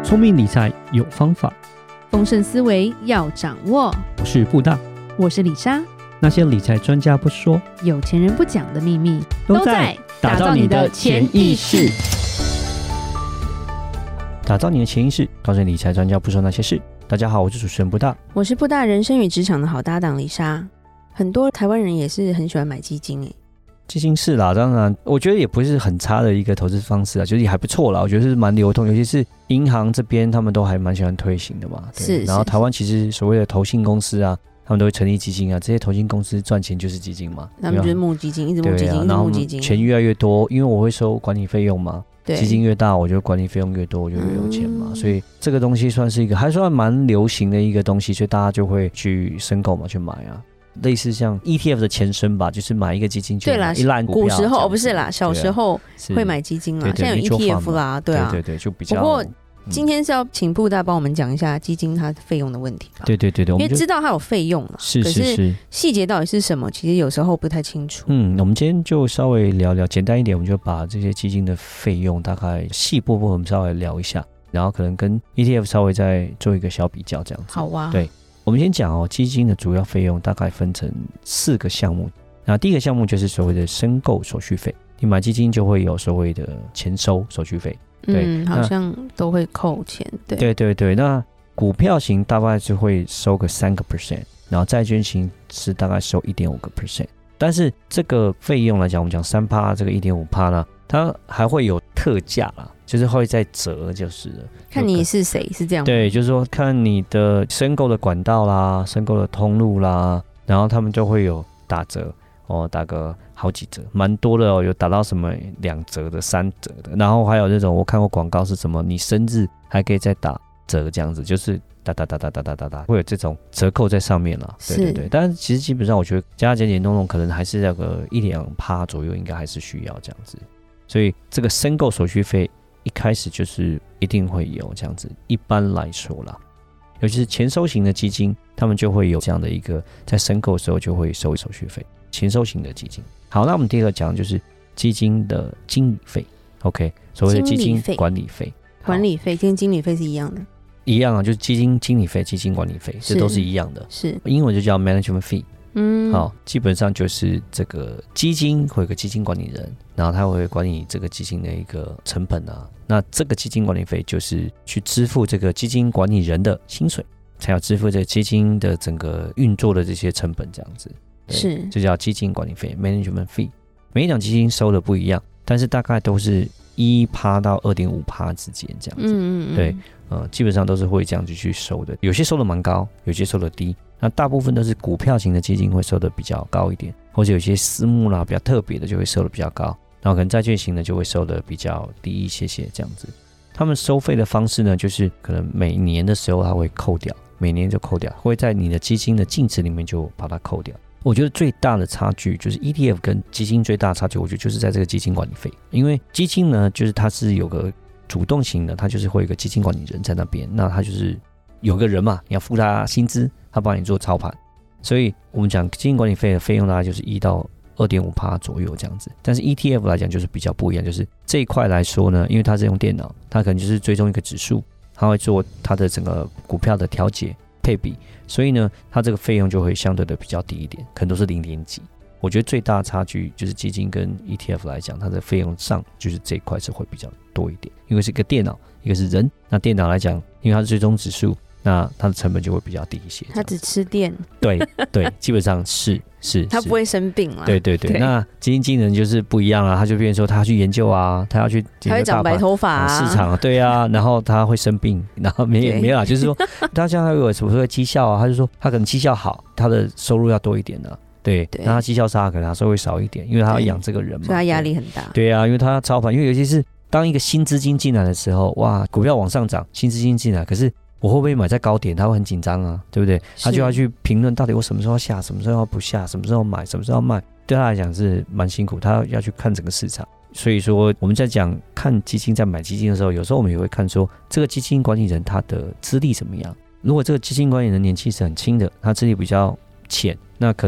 聪明理财有方法， 丰盛思维要掌握。 我是布大， 我是李莎。 那些理财专家不说， 有钱人不讲的秘密， 都在打造你的潜意识。打造你的潜意识，告诉你理财专家不说那些事。大家好，我是主持人布大， 我是布大人生与职场的好搭档李莎。很多台湾人也是很喜欢买基金基金是啦，当然我觉得也不是很差的一个投资方式啦，就是也还不错啦，我觉得是蛮流通，尤其是银行这边他们都还蛮喜欢推行的嘛。 是。 然后台湾其实所谓的投信公司啊，他们都会成立基金啊，这些投信公司赚钱就是基金嘛， 他们就是募基金，一直募基金，一直募基金， 钱越来越多，因为我会收管理费用嘛。基金越大，我觉得管理费用越多，我就越有钱嘛。所以这个东西算是一个还算蛮流行的一个东西，所以大家就会去申购嘛，去买啊。类似像 ETF 的前身吧，就是买一个基金就买一烂股票。 古时候不是啦，小时候会买基金啦，现在有 ETF 啦，对啊， 对，就比较。 不过今天是要请布大帮我们讲一下基金它费用的问题吧。 对， 因为知道它有费用了， 是， 可是细节到底是什么，其实有时候不太清楚。 我们今天就稍微聊聊，简单一点，我们就把这些基金的费用大概细部分我们稍微聊一下，然后可能跟 ETF 稍微再做一个小比较，这样子。 好啊。 对。我们先讲基金的主要费用大概分成4个项目。那第一个项目就是所谓的申购手续费，你买基金就会有所谓的前收手续费。对， 好像都会扣钱。 对，那股票型大概就会收个3%，然后债券型是大概收 1.5%。但是这个费用来讲，我们讲 3%， 这个 1.5% 呢，它还会有特价啦，就是会再折就是了。 看你是谁，是这样吗？ 对，就是说看你的申购的管道啦，申购的通路啦，然后他们就会有打折打个好几折，蛮多的有打到什么2折的、3折的，然后还有那种我看过广告是什么，你生日还可以再打折这样子，就是打，会有这种折扣在上面啦。对，但是其实基本上我觉得加减减弄弄，可能还是那个1-2% 左右，应该还是需要这样子。所以这个申购手续费一开始就是一定会有这样子，一般来说啦，尤其是前收型的基金，他们就会有这样的一个，在申购的时候就会收手续费。前收型的基金。好，那我们第二个讲的就是基金的经理费 ，OK， 所谓的基金管理费。 管理费跟经理费是一样的。 一样啊，就是基金经理费、基金管理费，这都是一样的。 是， 英文就叫 management fee。好，基本上就是这个基金会有个基金管理人，然后他会管理这个基金的一个成本啊。那这个基金管理费就是去支付这个基金管理人的薪水，才要支付这个基金的整个运作的这些成本，这样子。 是， 这叫基金管理费 management fee。每一档基金收的不一样，但是大概都是1%到2.5% 之间这样子。对，基本上都是会这样子去收的，有些收的蛮高，有些收的低。那大部分都是股票型的基金会收的比较高一点，或者有些私募啦比较特别的就会收的比较高，然后可能债券型的就会收的比较低一些这样子。他们收费的方式呢，就是可能每年的时候它会扣掉，每年就扣掉，会在你的基金的净值里面就把它扣掉。我觉得最大的差距就是 ETF 跟基金最大的差距，我觉得就是在这个基金管理费。因为基金呢，就是它是有个主动型的，它就是会有一个基金管理人在那边，那它就是有个人嘛，你要付他薪资，他帮你做操盘。所以我们讲基金管理费的费用大概就是1到2.5% 左右这样子。但是 ETF 来讲就是比较不一样，就是这一块来说呢，因为它是用电脑，它可能就是追踪一个指数，它会做它的整个股票的调节配比，所以呢，它这个费用就会相对的比较低一点，可能都是0点几。我觉得最大的差距就是基金跟 ETF 来讲，它的费用上就是这一块是会比较多一点，因为是一个电脑，一个是人。那电脑来讲，因为它是追踪指数，那它的成本就会比较低一些。 它只吃电。对， 基本上是。 它不会生病啦。 对。那基金经理人就是不一样啊，他就变成说他要去研究啊，他要去他会长白头发啊， 市场对啊，然后他会生病，然后没有啦，就是说他像他有什么说绩效啊，他就说他可能绩效好，他的收入要多一点的。对，那他绩效差，可能他收入会少一点，因为他要养这个人嘛， 所以他压力很大。 对啊，因为他要操盘，因为尤其是当一个新资金进来的时候，哇，股票往上涨，新资金进来，可是我会不会买在高点，他会很紧张啊，对不对？他就要去评论到底我什么时候下，什么时候不下，什么时候买，什么时候卖，对他来讲是蛮辛苦，他要去看整个市场。所以说我们在讲看基金，在买基金的时候，有时候我们也会看说这个基金管理人他的资历怎么样。如果这个基金管理人年纪是很轻的，他资历比较浅，那可能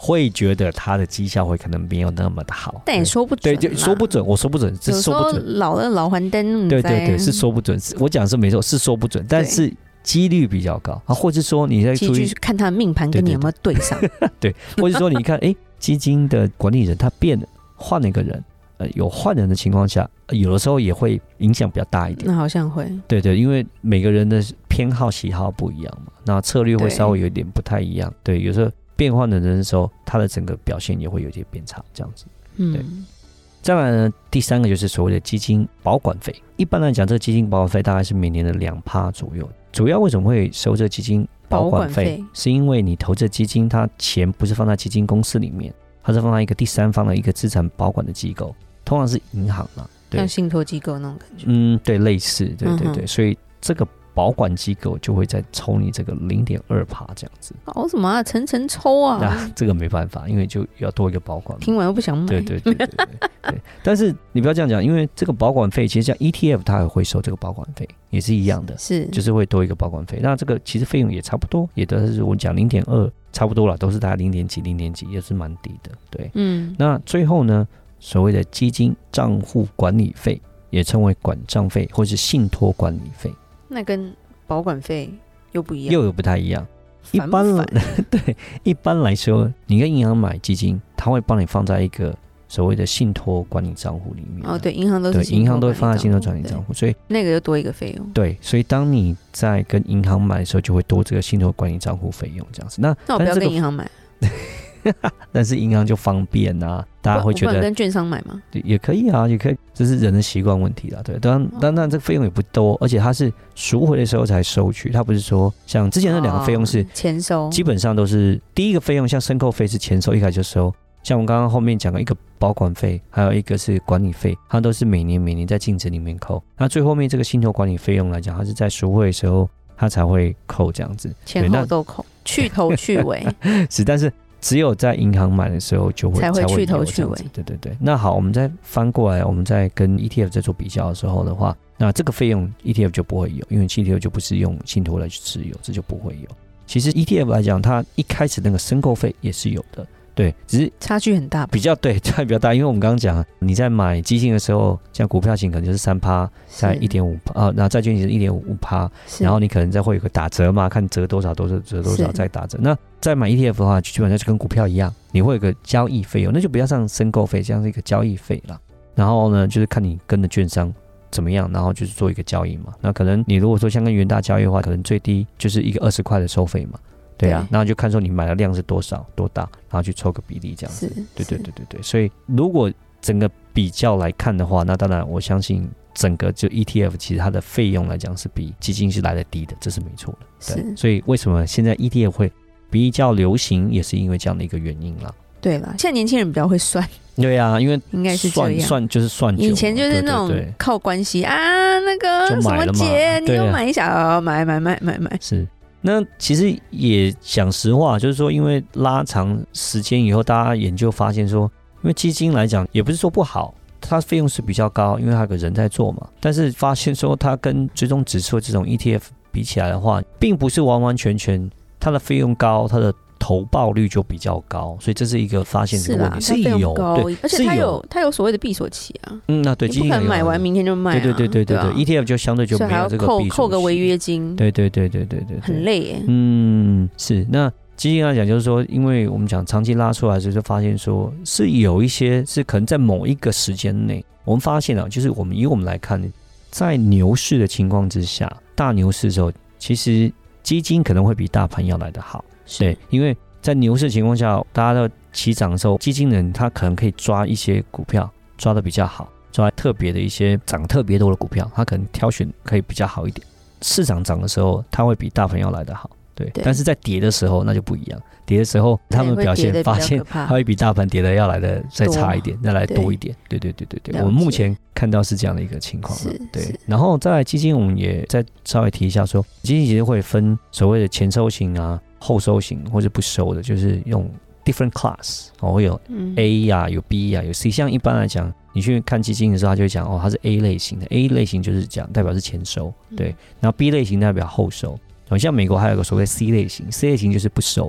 会觉得它的绩效会可能没有那么的好， 但也说不准， 对，就说不准，我说不准，是说不准。 老了老还灯， 对对对，是说不准。我讲的是没错，是说不准，但是几率比较高啊，或者说你在注意看他的命盘跟你有没有对上， 对，或者说你看，基金的管理人他变了，换了一个人。有换人的情况下，有的时候也会影响比较大一点。 那好像会， 对对，因为每个人的偏好喜好不一样嘛，那策略会稍微有点不太一样。对，有时候变换的人的时候，他的整个表现也会有点变差，这样子。对。再来呢，第3个就是所谓的基金保管费。一般来讲，这个基金保管费大概是每年的2%左右。主要为什么会收这个基金保管费？是因为你投这基金，它钱不是放在基金公司里面，它是放在一个第三方的一个资产保管的机构。通常是银行啦， 像信托机构那种感觉。 对，类似，对对对，所以这个保管机构就会再抽你这个0.2%这样子。 搞什么啊？层层抽啊！ 那这个没办法，因为就要多一个保管。 听完又不想买。 对对对对对对。但是你不要这样讲，因为这个保管费其实像 ETF 它也会收这个保管费，也是一样的， 是就是会多一个保管费。那这个其实费用也差不多，也都是我讲0.2%差不多了，都是大概0点几0点几，也是蛮低的。对，那最后呢？所谓的基金账户管理费，也称为管账费或是信托管理费， 那跟保管费又不一样， 又有不太一样。对，一般来说，你跟银行买基金，它会帮你放在一个所谓的信托管理账户里面。 对，银行都是银行都会放在信托管理账户，所以那个就多一个费用。 对，所以当你在跟银行买的时候，就会多这个信托管理账户费用这样子。那我不要跟银行买。 但是银行就方便啊，大家会觉得我跟券商买吗？ 也可以啊，也可以，这是人的习惯问题啦。对，当然这个费用也不多，而且它是赎回的时候才收取，它不是说像之前那2个费用是前收， 基本上都是第一个费用，像申购费是前收，一开始就收。像我们刚刚后面讲的一个保管费，还有一个是管理费，它都是每年在净值里面扣。那最后面这个信托管理费用来讲，它是在赎回的时候它才会扣这样子， 前后都扣，去头去尾是，但是只有在银行买的时候才会去头去尾。 对对对。那好，我们再翻过来，我们再跟 ETF 在做比较的时候的话，那这个费用 ETF 就不会有，因为 ETF 就不是用信托来去持有，这就不会有。其实 ETF 来讲，它一开始那个申购费也是有的。对，只是差距很大， 比较对，差距比较大。因为我们刚刚讲，你在买基金的时候，像股票型可能就是3%，在1.5%啊，然后债券型是1.5%，然后你可能再会有个打折嘛，看折多少再打折。那再买 ETF 的话，基本上就跟股票一样，你会有个交易费用，那就不要像申购费这样是一个交易费啦。然后呢，就是看你跟的券商怎么样，然后就是做一个交易嘛。那可能你如果说像跟元大交易的话，可能最低就是一个20块的收费嘛。对啊，然后就看说你买的量是多少多大，然后去抽个比例这样子。对对对对对，所以如果整个比较来看的话，那当然我相信整个就 ETF 其实它的费用来讲是比基金是来得低的，这是没错的。对，所以为什么现在 ETF 会比较流行，也是因为这样的一个原因啦。 对啦，现在年轻人比较会算。 对啊，因为应该是这样， 算就是算久， 以前就是那种靠关系啊，那个什么节你都买一下，买。 是。那其实也讲实话，就是说，因为拉长时间以后，大家研究发现说，因为基金来讲也不是说不好，它费用是比较高，因为它有个人在做嘛。但是发现说，它跟追踪指数这种 ETF 比起来的话，并不是完完全全它的费用高，它的投报率就比较高，所以这是一个发现这个问题是有，对， 而且它有所谓的闭锁期啊。 那对， 你不可能买完明天就卖。 对，ETF 就相对就没有这个闭锁期， 扣个违约金。 对， 很累耶。 是。那基金来讲，就是说，因为我们讲长期拉出来的时候，就发现说是有一些是可能在某一个时间内，我们发现啊，就是以我们来看，在牛市的情况之下，大牛市的时候，其实基金可能会比大盘要来得好。对，因为在牛市情况下，大家都起涨的时候，基金人他可能可以抓一些股票抓得比较好，抓特别的一些涨特别多的股票，他可能挑选可以比较好一点。市场涨的时候，他会比大盘要来得好。对，但是在跌的时候那就不一样，跌的时候他们表现发现它会比大盘跌的要来的再差一点，再来多一点。对，我们目前看到是这样的一个情况。对，然后再来基金，我们也再稍微提一下说，基金其实会分所谓的前收型啊、后收型或者不收的，就是用 different class 会有 A 啊、有 B 啊、有 C。像一般来讲，你去看基金的时候，他就会讲它是 A 类型的 ，A 类型就是讲代表是前收，对，然后 B 类型代表后收。像美国还有个所谓 C 类型 ，C 类型就是不收，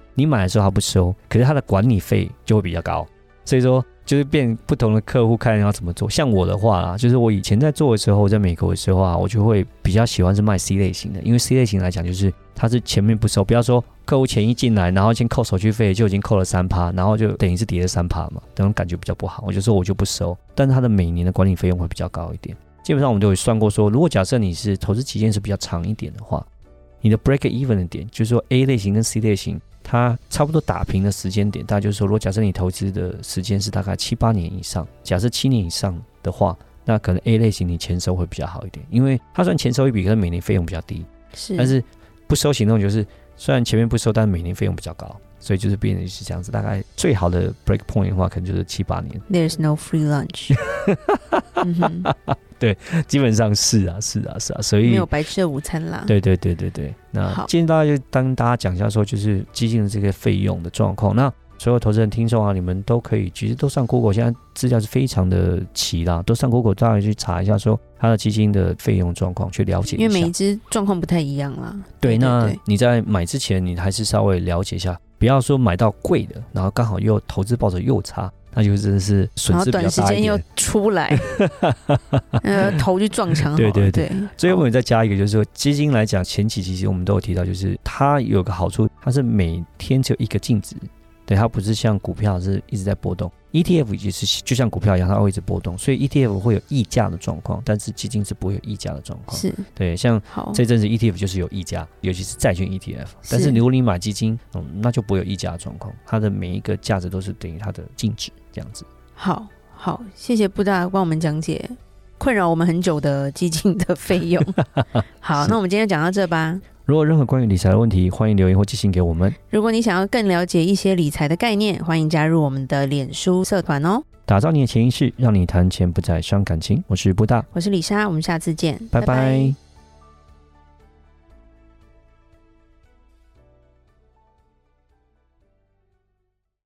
你买的时候他不收，可是他的管理费就会比较高，所以说就是变不同的客户看要怎么做。像我的话啦，就是我以前在做的时候，在美国的时候啊，我就会比较喜欢是卖 C 类型的，因为 C 类型来讲就是它是前面不收，不要说客户钱一进来，然后先扣手续费就已经扣了 3%， 然后就等于是跌了 3% 嘛，那种感觉比较不好。我就说我就不收，但是它的每年的管理费用会比较高一点。基本上我们都有算过说，如果假设你是投资期间是比较长一点的话，你的 break even 的点，就是说 A 类型跟 C 类型它差不多打平的时间点，大概就是说，如果假设你投资的时间是大概7-8年以上，假设7年以上的话，那可能 A 类型你钱收会比较好一点，因为它虽然钱收一笔，可是每年费用比较低，但是不收行动就是虽然前面不收，但每年费用比较高，所以就是变成是这样子。大概最好的 break point 的话，可能就是7-8年。 There's no free lunch 对，基本上是啊，所以没有白吃的午餐啦。 对。那今天大家就跟大家讲一下说，就是基金的这个费用的状况。那所有投资人听众啊，你们都可以其实都上 Google， 现在资料是非常的齐啦，都上 Google 大家去查一下说它的基金的费用状况，去了解一下。 因为每一支状况不太一样啦。 对，那你在买之前，你还是稍微了解一下，不要说买到贵的，然后刚好又投资报酬又差。那就真的是损失比较大一点，然后短时间又出来头就撞墙。对。 最后我们再加一个，就是说基金来讲，前期其实我们都有提到，就是它有个好处，它是每天只有一个净值，对，它不是像股票是一直在波动。ETF 也是就像股票一样，它会一直波动，所以 ETF 会有溢价的状况，但是基金是不会有溢价的状况。 是， 对，像这阵子 ETF 就是有溢价，尤其是债券 ETF， 但是如果你买基金，那就不会有溢价的状况，它的每一个价值都是等于它的净值这样子。 好，谢谢布大帮我们讲解困扰我们很久的基金的费用。好，那我们今天就讲到这吧。 如果有任何关于理财的问题，欢迎留言或寄信给我们。 如果你想要更了解一些理财的概念，欢迎加入我们的脸书社团哦。 打造你的潜意识，让你谈钱不再伤感情。我是布大， 我是李莎，我们下次见， 拜拜。